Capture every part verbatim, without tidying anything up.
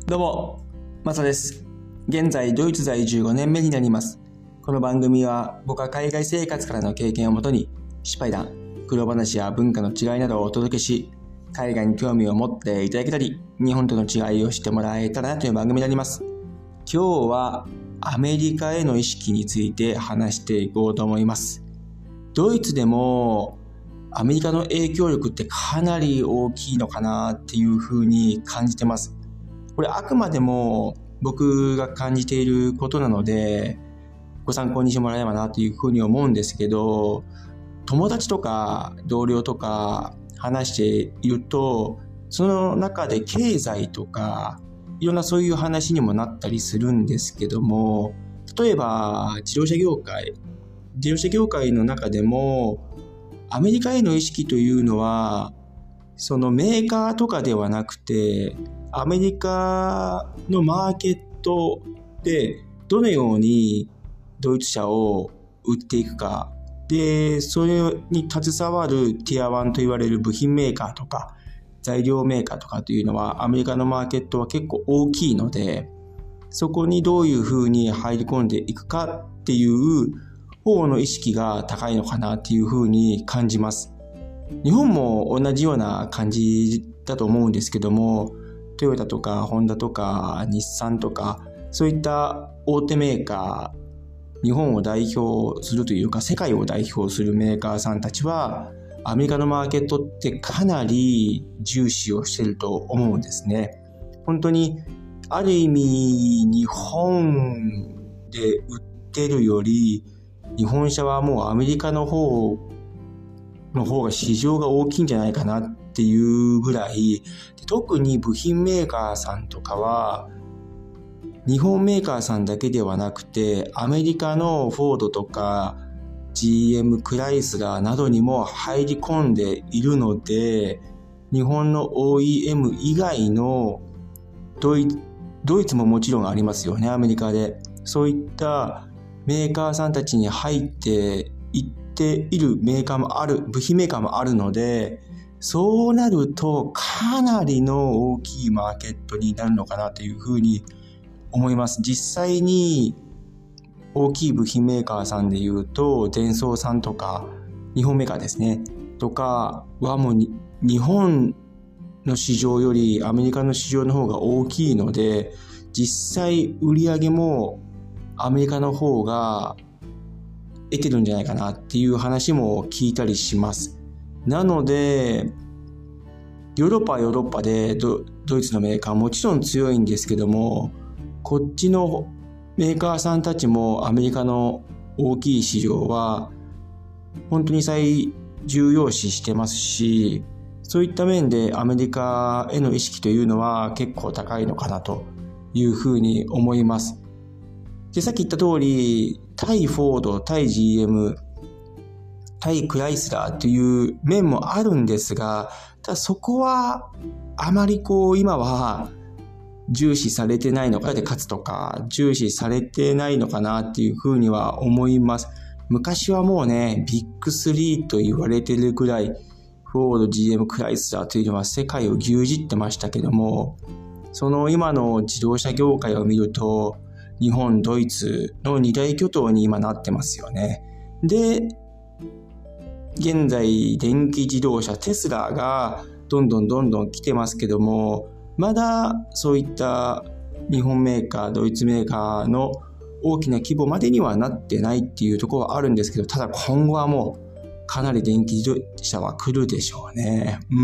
どうも、マサです。現在、ドイツ在住ごねんめになります。この番組は、僕は海外生活からの経験をもとに、失敗談、苦労話や文化の違いなどをお届けし、海外に興味を持っていただけたり、日本との違いを知ってもらえたらなという番組になります。今日は、アメリカへの意識について話していこうと思います。ドイツでも、アメリカの影響力ってかなり大きいのかなっていうふうに感じてます。これあくまでも僕が感じていることなのでご参考にしてもらえればなというふうに思うんですけど、友達とか同僚とか話していると、その中で経済とかいろんなそういう話にもなったりするんですけども、例えば自動車業界自動車業界の中でもアメリカへの意識というのはそのメーカーとかではなくて、アメリカのマーケットでどのようにドイツ車を売っていくかで、それに携わるティアワンと言われる部品メーカーとか材料メーカーとかというのはアメリカのマーケットは結構大きいので、そこにどういうふうに入り込んでいくかっていう方の意識が高いのかなっていうふうに感じます。日本も同じような感じだと思うんですけども、トヨタとかホンダとか日産とかそういった大手メーカー、日本を代表するというか世界を代表するメーカーさんたちはアメリカのマーケットってかなり重視をしていると思うんですね。本当にある意味日本で売ってるより日本車はもうアメリカの方の方が市場が大きいんじゃないかなっていうぐらい、特に部品メーカーさんとかは日本メーカーさんだけではなくてアメリカのフォードとか ジーエム クライスラーなどにも入り込んでいるので、日本の オーイーエム 以外のドイ、ドイツももちろんありますよね、アメリカで。そういったメーカーさんたちに入っていっているメーカーもある、部品メーカーもあるので、そうなるとかなりの大きいマーケットになるのかなというふうに思います。実際に大きい部品メーカーさんでいうとデンソーさんとか日本メーカーですねとかはもう日本の市場よりアメリカの市場の方が大きいので、実際売り上げもアメリカの方が得てるんじゃないかなっていう話も聞いたりします。なのでヨーロッパはヨーロッパで ド, ドイツのメーカーもちろん強いんですけども、こっちのメーカーさんたちもアメリカの大きい市場は本当に最重要視してますし、そういった面でアメリカへの意識というのは結構高いのかなというふうに思います。で、さっき言った通り対フォード、対 ジーエム、対クライスラーという面もあるんですが、ただそこはあまりこう今は重視されてないのかで勝つとか重視されてないのかなっていうふうには思います。昔はもうねビッグスリーと言われてるぐらいフォード、ジーエム、クライスラーというのは世界を牛耳ってましたけども、その今の自動車業界を見ると日本、ドイツの二大巨頭に今なってますよね。で、現在電気自動車テスラがどんどんどんどん来てますけども、まだそういった日本メーカー、ドイツメーカーの大きな規模までにはなってないっていうところはあるんですけど、ただ今後はもうかなり電気自動車は来るでしょうね。うん。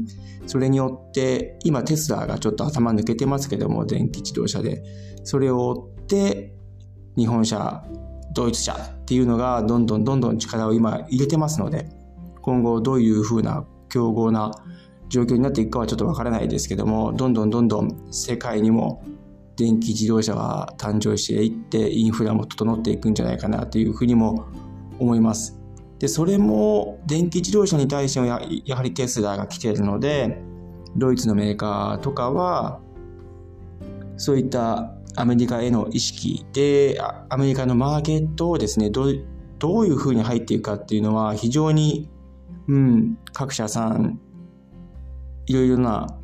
それによって今テスラがちょっと頭抜けてますけども、電気自動車でそれを追って日本車、ドイツ車っていうのがどんどんどんどん力を今入れてますので、今後どういう風な競合な状況になっていくかはちょっとわからないですけども、どんどんどんどん世界にも電気自動車が誕生していってインフラも整っていくんじゃないかなというふうにも思います。で、それも電気自動車に対しても や, やはりテスラが来ているので、ドイツのメーカーとかはそういったアメリカへの意識でアメリカのマーケットをですね、どう、どういうふうに入っていくかっていうのは非常に、うん、各社さんいろいろな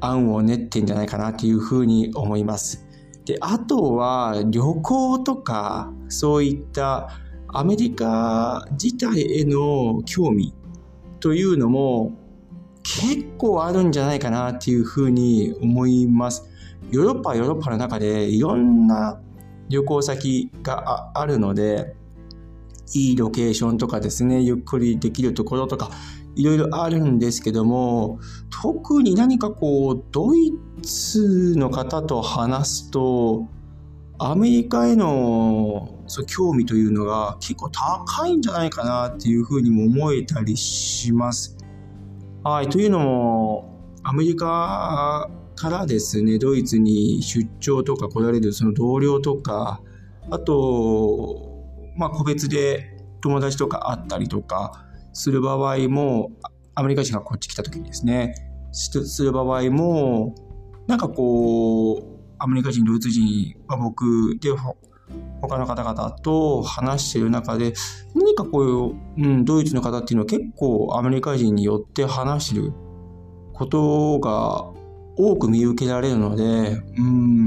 案を練ってんじゃないかなというふうに思います。で、あとは旅行とかそういったアメリカ自体への興味というのも結構あるんじゃないかなっていうふうに思います。ヨーロッパはヨーロッパの中でいろんな旅行先があるので、いいロケーションとかですね、ゆっくりできるところとかいろいろあるんですけども、特に何かこうドイツの方と話すとアメリカへのそう興味というのが結構高いんじゃないかなっていうふうにも思えたりします。はい、というのもアメリカからですね、ドイツに出張とか来られるその同僚とか、あとまあ個別で友達とか会ったりとかする場合も、アメリカ人がこっち来た時にですねする場合も、なんかこうアメリカ人、ドイツ人は僕で他の方々と話している中で、何かこう、うん、ドイツの方っていうのは結構アメリカ人によって話していることが多く見受けられるので、うん、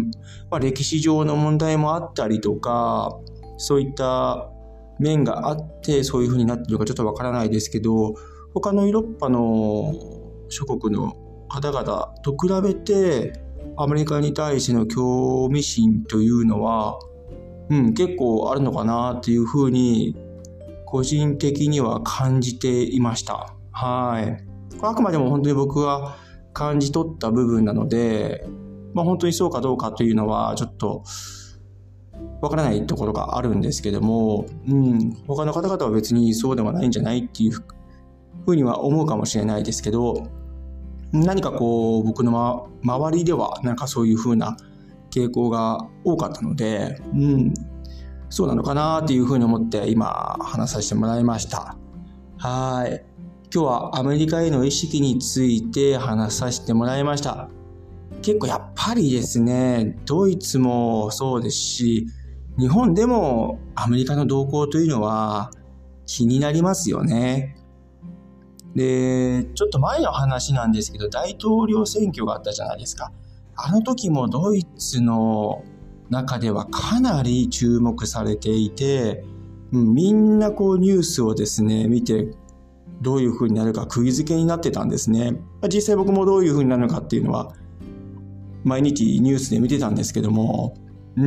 まあ、歴史上の問題もあったりとか、そういった面があってそういう風になっているかちょっとわからないですけど、他のヨーロッパの諸国の方々と比べてアメリカに対しての興味心というのは、うん、結構あるのかなっていう風に個人的には感じていました。はい。あくまでも本当に僕が感じ取った部分なので、まあ、本当にそうかどうかというのはちょっとわからないところがあるんですけども、うん、他の方々は別にそうではないんじゃないっていうふうには思うかもしれないですけど、何かこう僕の、ま、周りではなんかそういうふうな傾向が多かったので、うん、そうなのかなっていうふうに思って今話させてもらいました。はい。今日はアメリカへの意識について話させてもらいました。結構やっぱりですね、ドイツもそうですし、日本でもアメリカの動向というのは気になりますよね。で、ちょっと前の話なんですけど、大統領選挙があったじゃないですか。あの時もドイツの中ではかなり注目されていて、うん、みんなこうニュースをですね、見てどういう風になるか釘付けになってたんですね。実際僕もどういう風になるのかっていうのは毎日ニュースで見てたんですけども、うん、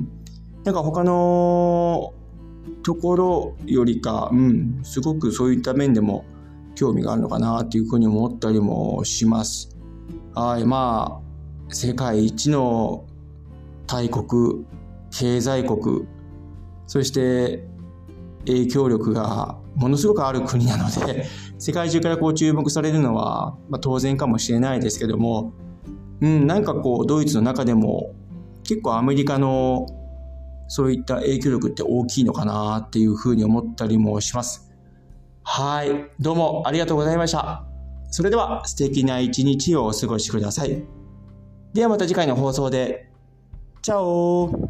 なんか他のところよりか、うん、すごくそういった面でも興味があるのかなっていうふうに思ったりもします。はい、まあ世界一の大国、経済国、そして影響力がものすごくある国なので、世界中からこう注目されるのは、まあ、当然かもしれないですけども、うん、なんかこうドイツの中でも結構アメリカのそういった影響力って大きいのかなっていうふうに思ったりもします。はい、どうもありがとうございました。それでは素敵な一日をお過ごしください。ではまた次回の放送で。チャオ。